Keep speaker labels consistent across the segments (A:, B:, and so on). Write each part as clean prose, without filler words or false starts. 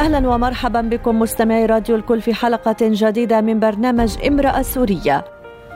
A: أهلا ومرحبا بكم مستمعي راديو الكل في حلقة جديدة من برنامج امرأة سورية.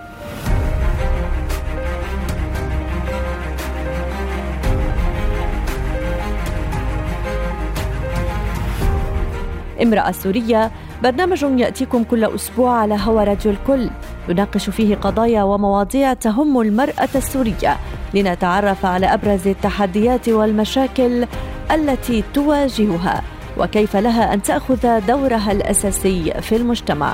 A: امرأة سورية برنامج يأتيكم كل أسبوع على هوا راديو الكل، نناقش فيه قضايا ومواضيع تهم المرأة السورية لنتعرف على أبرز التحديات والمشاكل التي تواجهها وكيف لها أن تأخذ دورها الأساسي في المجتمع.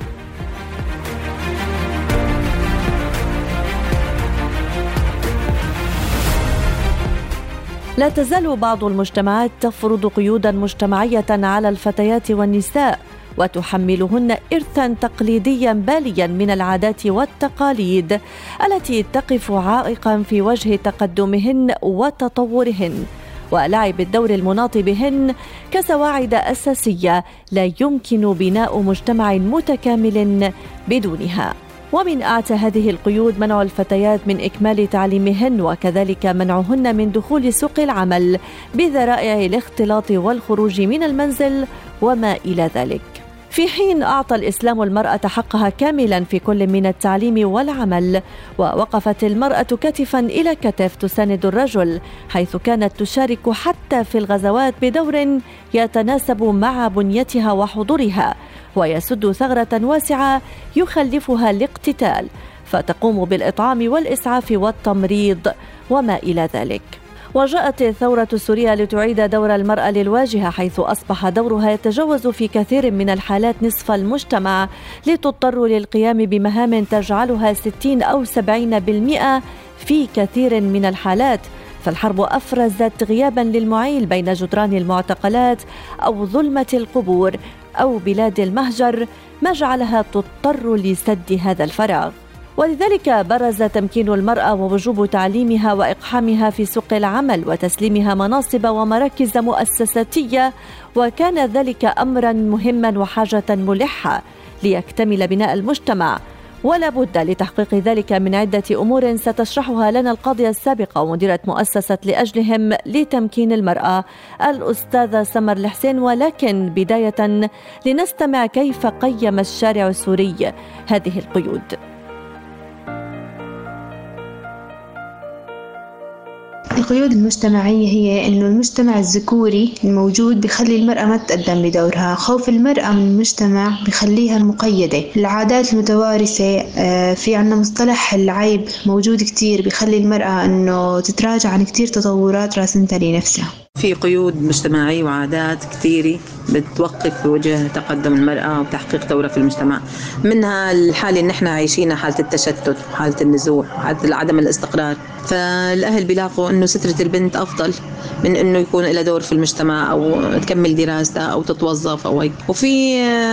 A: لا تزال بعض المجتمعات تفرض قيودا مجتمعية على الفتيات والنساء وتحملهن إرثا تقليديا باليا من العادات والتقاليد التي تقف عائقا في وجه تقدمهن وتطورهن ولعب الدور المناط بهن كسواعد أساسية لا يمكن بناء مجتمع متكامل بدونها. ومن أعتى هذه القيود منع الفتيات من إكمال تعليمهن وكذلك منعهن من دخول سوق العمل بذرائع الاختلاط والخروج من المنزل وما إلى ذلك، في حين أعطى الإسلام المرأة حقها كاملا في كل من التعليم والعمل، ووقفت المرأة كتفا إلى كتف تساند الرجل، حيث كانت تشارك حتى في الغزوات بدور يتناسب مع بنيتها وحضورها، ويسد ثغرة واسعة يخلفها الاقتتال، فتقوم بالإطعام والإسعاف والتمريض وما إلى ذلك. وجاءت الثورة السورية لتعيد دور المرأة للواجهة، حيث أصبح دورها يتجاوز في كثير من الحالات نصف المجتمع، لتضطر للقيام بمهام تجعلها 60 أو 70% في كثير من الحالات. فالحرب أفرزت غيابا للمعيل بين جدران المعتقلات أو ظلمة القبور أو بلاد المهجر، ما جعلها تضطر لسد هذا الفراغ. ولذلك برز تمكين المرأة ووجوب تعليمها وإقحامها في سوق العمل وتسليمها مناصب ومراكز مؤسساتية، وكان ذلك أمرا مهما وحاجة ملحة ليكتمل بناء المجتمع. ولا بد لتحقيق ذلك من عدة أمور ستشرحها لنا القاضية السابقة ومديرة مؤسسة لأجلهم لتمكين المرأة الأستاذة سمر الحسين. ولكن بداية لنستمع كيف قيم الشارع السوري هذه القيود.
B: القيود المجتمعية هي إنه المجتمع الذكوري الموجود بيخلي المرأة ما تقدم بدورها، خوف المرأة من المجتمع بيخليها مقيدة، العادات المتوارثة، في عنا مصطلح العيب موجود كتير بيخلي المرأة إنه تتراجع عن كتير تطورات راسمتها لنفسها.
C: في قيود مجتمعية وعادات كثيرة بتوقف بوجه تقدم المرأة وتحقيق دورها في المجتمع، منها الحالة اللي احنا عايشينها، حالة التشتت، حالة النزوح، حالة عدم الاستقرار. فالأهل بيلاقوا إنه سترة البنت أفضل من إنه يكون لها دور في المجتمع أو تكمل دراستها أو تتوظف أو هيك. وفي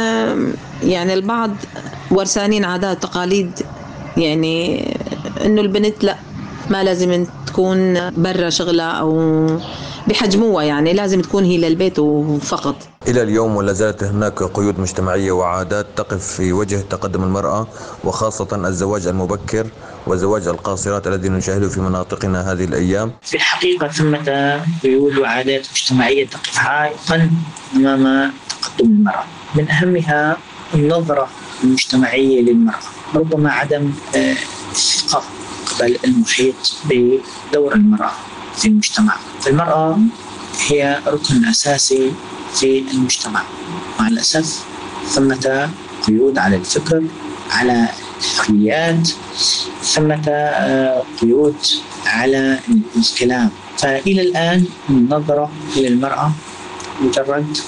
C: يعني البعض ورثانين عادات تقاليد، يعني إنه البنت لا ما لازم تكون برا شغلها أو بحجموها، يعني لازم تكون هي للبيت وفقط.
D: إلى اليوم ولا زالت هناك قيود مجتمعية وعادات تقف في وجه تقدم المرأة، وخاصة الزواج المبكر وزواج القاصرات الذي نشاهده في مناطقنا هذه الأيام.
E: في الحقيقة ثمة قيود وعادات مجتمعية تقف عائقا أمام تقدم المرأة، من أهمها النظرة المجتمعية للمرأة، ربما عدم الثقة قبل المحيط بدور المرأة في المجتمع. المرأة هي ركن أساسي في المجتمع، مع الأسف ثمة قيود على الفكر، على الحريات، ثمة قيود على الكلام. فإلى الآن النظرة للمرأة مجرد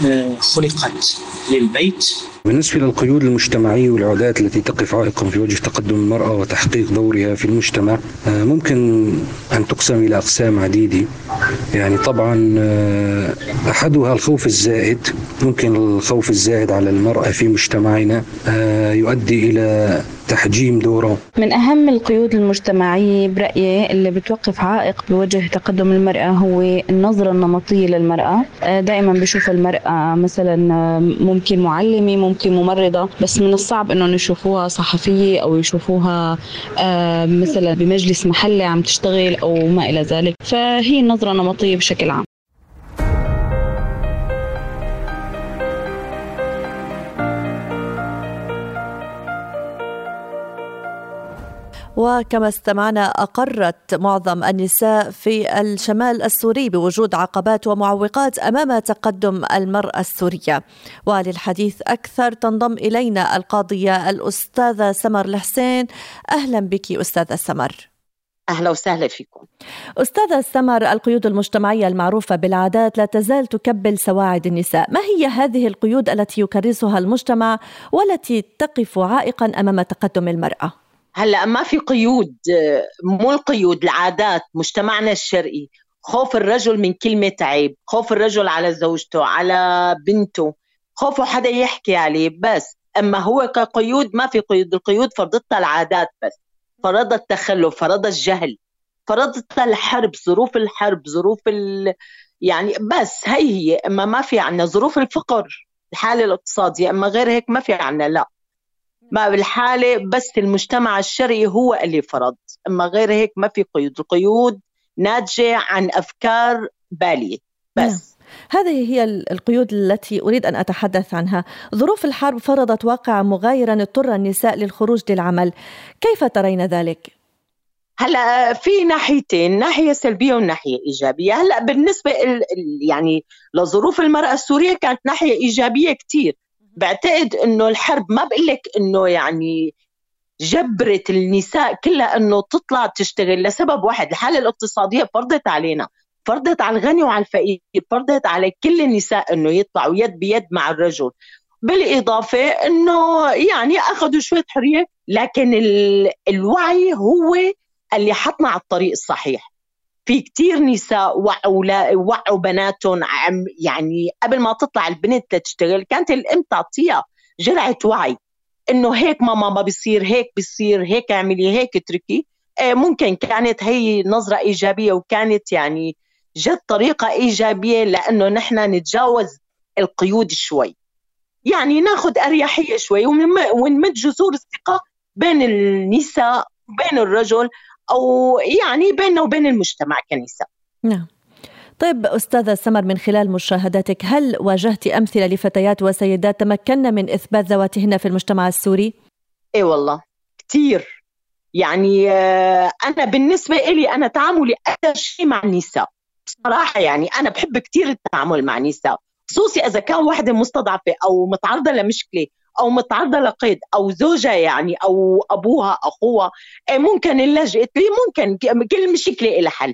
E: خلقت للبيت.
F: بالنسبة للقيود المجتمعية والعادات التي تقف عائقا في وجه تقدم المرأة وتحقيق دورها في المجتمع، ممكن أن تقسم إلى أقسام عديدة. يعني طبعا أحدها الخوف الزائد. ممكن الخوف الزائد على المرأة في مجتمعنا يؤدي إلى تحجيم دوره.
G: من أهم القيود المجتمعية برأيي اللي بتوقف عائق بوجه تقدم المرأة هو النظرة النمطية للمرأة. دائما بشوف المرأة مثلا ممكن معلمة، ممكن ممرضة، بس من الصعب إنه يشوفوها صحفية أو يشوفوها مثلا بمجلس محلي عم تشتغل أو ما إلى ذلك. فهي النظرة النمطية بشكل عام.
A: وكما استمعنا أقرت معظم النساء في الشمال السوري بوجود عقبات ومعوقات أمام تقدم المرأة السورية. وللحديث أكثر تنضم إلينا القاضية الأستاذة سمر الحسين. أهلا بك أستاذة سمر.
H: أهلا وسهلا فيكم.
A: أستاذة سمر، القيود المجتمعية المعروفة بالعادات لا تزال تكبل سواعد النساء، ما هي هذه القيود التي يكرسها المجتمع والتي تقف عائقا أمام تقدم المرأة؟
H: هلأ ما في قيود، مو القيود، العادات. مجتمعنا الشرقي خوف الرجل من كلمة عيب، خوف الرجل على زوجته على بنته، خوفه حدا يحكي عليه بس. أما هو كقيود ما في قيود. القيود فرضتها العادات بس، فرض التخلف، فرض الجهل، فرضت الحرب، ظروف الحرب، ظروف يعني بس هي. اما ما في عنا ظروف الفقر، الحالة الاقتصادية، اما غير هيك ما في عنا. لا، ما بالحالة بس المجتمع الشرقي هو اللي فرض، اما غير هيك ما في قيود. القيود ناتجة عن أفكار بالية بس.
A: هذه هي القيود التي أريد أن أتحدث عنها. ظروف الحرب فرضت واقعا مغايرا اضطر النساء للخروج للعمل، كيف ترين ذلك؟
H: هلا في ناحيتين، ناحية سلبية وناحية إيجابية. هلا بالنسبة يعني لظروف المرأة السورية كانت ناحية إيجابية كتير. بعتقد إنه الحرب ما بقلك إنه يعني جبرت النساء كلها إنه تطلع تشتغل لسبب واحد. الحالة الاقتصادية فرضت علينا، فرضت على الغني وعلى الفقير، فرضت على كل النساء إنه يطلعوا يد بيد مع الرجل. بالإضافة إنه يعني أخذوا شوية حرية، لكن الوعي هو اللي حطنا على الطريق الصحيح. في كتير نساء وعوا بناتهم، يعني قبل ما تطلع البنت لتشتغل كانت الأم تعطيها جرعة وعي إنه هيك ماما ما بيصير، هيك بيصير، هيك اعملي، هيك اتركي. ممكن كانت هي نظرة إيجابية، وكانت يعني جد طريقة إيجابية لأنه نحن نتجاوز القيود شوي، يعني ناخد أريحية شوي ونمد جسور الثقة بين النساء وبين الرجل، أو يعني بيننا وبين المجتمع كنساء.
A: نعم. طيب أستاذة سمر، من خلال مشاهداتك هل واجهت أمثلة لفتيات وسيدات تمكن من إثبات ذواتهن في المجتمع السوري؟
H: إيه والله كتير. يعني أنا بالنسبة إلي أنا تعاملي أكثر شيء مع النساء بصراحة. يعني أنا بحب كتير التعامل مع النساء، خصوصي إذا كان واحدة مستضعفة أو متعرضة لمشكلة أو متعرضة لقيد، أو زوجها يعني أو أبوها أخوها ممكن اللجأت لي، ممكن كل مشكلة إلى حل.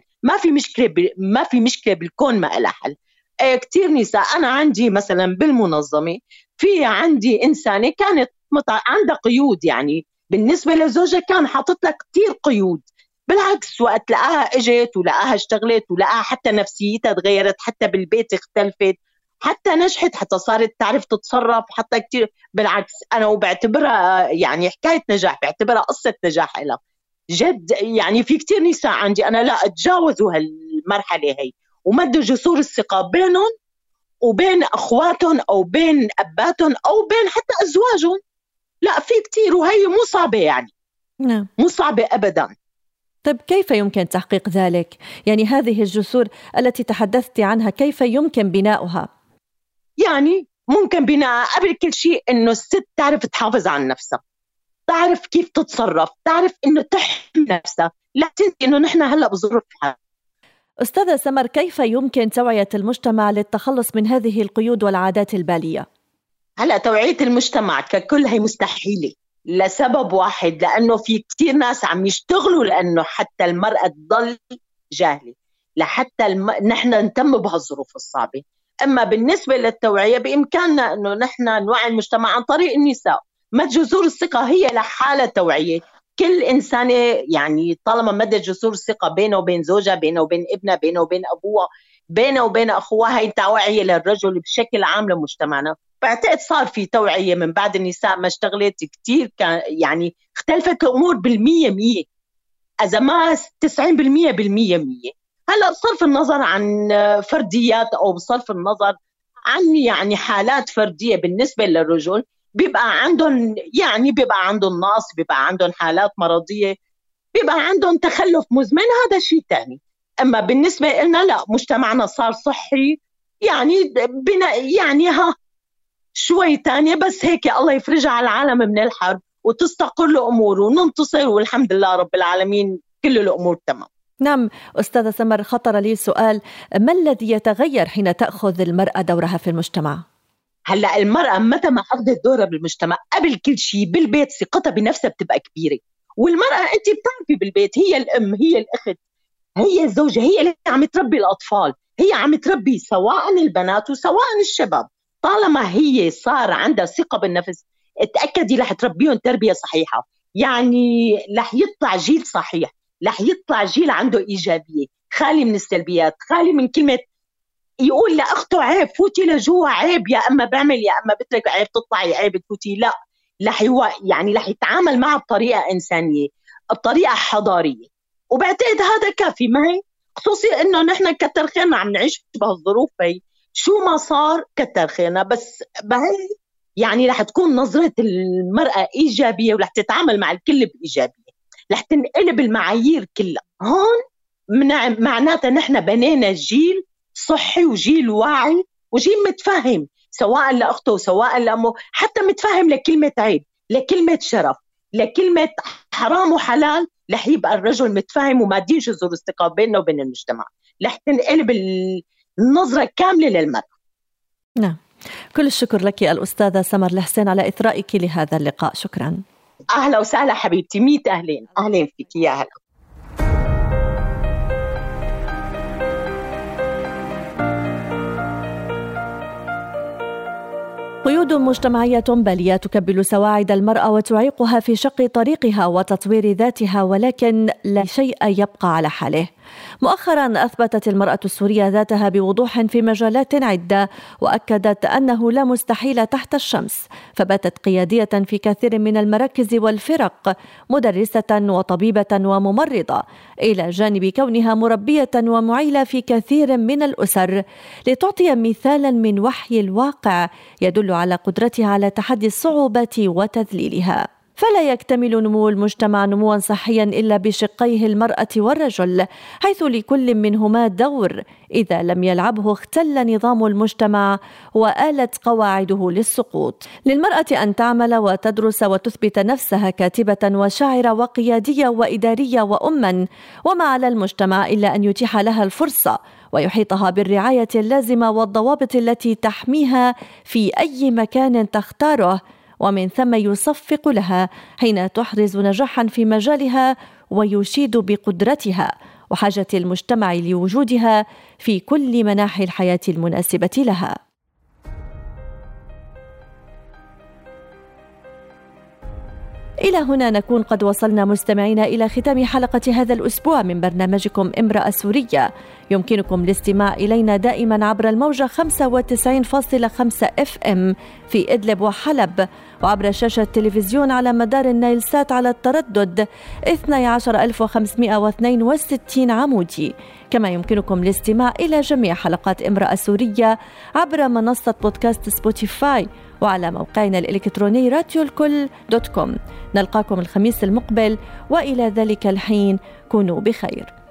H: ما في مشكلة بالكون ما إلها حل. كتير نساء أنا عندي مثلا بالمنظمة، في عندي إنسانة كانت عندها قيود، يعني بالنسبة لزوجها كان حاطط لها كتير قيود. بالعكس وقت لقاها اجت ولقاها اشتغلت ولقاها حتى نفسيتها تغيرت، حتى بالبيت اختلفت، حتى نجحت، حتى صارت تعرف تتصرف، حتى كتير. بالعكس أنا وبعتبرها يعني حكاية نجاح، بعتبرها قصة نجاح لها جد. يعني في كتير نساء عندي أنا لا أتجاوزوا هالمرحلة هي، ومدوا جسور الثقة بينهم وبين أخواتهم أو بين أباتهم أو بين حتى أزواجهم. لا في كتير، وهي مو صعبة يعني.
A: نعم.
H: مو صعبة أبداً.
A: طيب كيف يمكن تحقيق ذلك؟ يعني هذه الجسور التي تحدثت عنها كيف يمكن بناؤها؟
H: يعني ممكن بناء قبل كل شيء إنه الست تعرف تحافظ على نفسها، تعرف كيف تتصرف، تعرف إنه تحمي نفسها، لا تنسي إنه نحن هلأ بظروف حرب.
A: أستاذة سمر، كيف يمكن توعية المجتمع للتخلص من هذه القيود والعادات البالية؟
H: هلأ توعية المجتمع ككل هي مستحيلة لسبب واحد، لأنه في كتير ناس عم يشتغلوا لأنه حتى المرأة تضل جاهلة، لحتى نحن نتم بهالظروف الصعبة. أما بالنسبة للتوعية بإمكاننا أنه نحن نوعي المجتمع عن طريق النساء. مد جسور الثقة هي لحالة توعية. كل إنسانة يعني طالما مدت جسور الثقة بينه وبين زوجها، بينه وبين ابنها، بينه وبين أبوها، بينه وبين أخوها، هي توعية للرجل بشكل عام لمجتمعنا. بعتقد صار في توعية من بعد النساء ما اشتغلت كتير، كان يعني اختلفت الأمور 100%، إذا ما 90% هلأ بصرف النظر عن فرديات أو بصرف النظر عن يعني حالات فردية بالنسبة للرجل، بيبقى عندهم يعني بيبقى عندهم نقص، بيبقى عندهم حالات مرضية، بيبقى عندهم تخلف مزمن، هذا شيء تاني. أما بالنسبة لنا لا، مجتمعنا صار صحي يعني يعني شوي تانية، بس هيك الله يفرجها على العالم من الحرب وتستقر الأمور وننتصر، والحمد لله رب العالمين كل الأمور تمام.
A: نعم أستاذة سمر، خطر لي سؤال، ما الذي يتغير حين تأخذ المرأة دورها في المجتمع؟
H: هلأ المرأة متى ما أخذت دورها بالمجتمع قبل كل شيء بالبيت ثقتها بنفسها بتبقى كبيرة. والمرأة أنت بتعرفي بالبيت هي الأم، هي الأخت، هي الزوجة، هي اللي عم تربي الأطفال، هي عم تربي سواء البنات وسواء الشباب. طالما هي صار عندها ثقة بالنفس اتأكدي رح تربيهم تربية صحيحة، يعني رح يطلع جيل صحيح، رح يطلع جيل عنده إيجابية، خالي من السلبيات، خالي من كلمة يقول لأخته عيب فوتي لجوا، عيب يا أما بعمل يا أما بترك، عيب تطلعي عيب تفوتي، لا يعني رح يتعامل معها بطريقة إنسانية، بطريقة حضارية. وبعتقد هذا كافي معي، خصوصي إنه نحن كتر خيرنا عم نعيش بهالظروف هي، شو ما صار كتر خيرنا، بس بهي يعني رح تكون نظرة المرأة إيجابية ورح تتعامل مع الكل بإيجابية، رح تنقلب المعايير كلها. هون معناتها نحن بنينا جيل صحي وجيل واعي وجيل متفهم، سواء لأخته وسواء لأمه، حتى متفهم لكلمة عيب، لكلمة شرف، لكلمة حرام وحلال، رح يبقى الرجل متفهم وما دين جذور الثقة بيننا وبين المجتمع، رح تنقلب النظرة كاملة للمرأة.
A: نعم، كل الشكر لك الأستاذة سمر الحسين على إثرائك لهذا اللقاء، شكرا.
H: أهلا وسهلا حبيبتي، 100 أهلين، أهلين فيك، يا هلا.
A: قيود مجتمعية بالية تكبل سواعد المرأة وتعيقها في شق طريقها وتطوير ذاتها، ولكن لا شيء يبقى على حاله. مؤخرا أثبتت المرأة السورية ذاتها بوضوح في مجالات عدة، وأكدت أنه لا مستحيل تحت الشمس، فباتت قيادية في كثير من المراكز والفرق، مدرسة وطبيبة وممرضة، إلى جانب كونها مربية ومعيلة في كثير من الأسر، لتعطي مثالا من وحي الواقع يدل على قدرتها على تحدي الصعوبات وتذليلها. فلا يكتمل نمو المجتمع نموا صحيا إلا بشقيه المرأة والرجل، حيث لكل منهما دور، إذا لم يلعبه اختل نظام المجتمع وآلت قواعده للسقوط. للمرأة أن تعمل وتدرس وتثبت نفسها كاتبة وشاعرة وقيادية وإدارية وأما، وما على المجتمع إلا أن يتيح لها الفرصة ويحيطها بالرعاية اللازمة والضوابط التي تحميها في أي مكان تختاره، ومن ثم يصفق لها حين تحرز نجاحا في مجالها ويشيد بقدرتها وحاجة المجتمع لوجودها في كل مناحي الحياة المناسبة لها. إلى هنا نكون قد وصلنا مستمعينا إلى ختام حلقة هذا الأسبوع من برنامجكم امرأة سورية. يمكنكم الاستماع إلينا دائما عبر الموجة 95.5 FM في إدلب وحلب، وعبر شاشة التلفزيون على مدار النايل سات على التردد 12562 عمودي. كما يمكنكم الاستماع إلى جميع حلقات امرأة سورية عبر منصة بودكاست سبوتيفاي وعلى موقعنا الإلكتروني راديوالكل.com. نلقاكم الخميس المقبل، وإلى ذلك الحين كونوا بخير.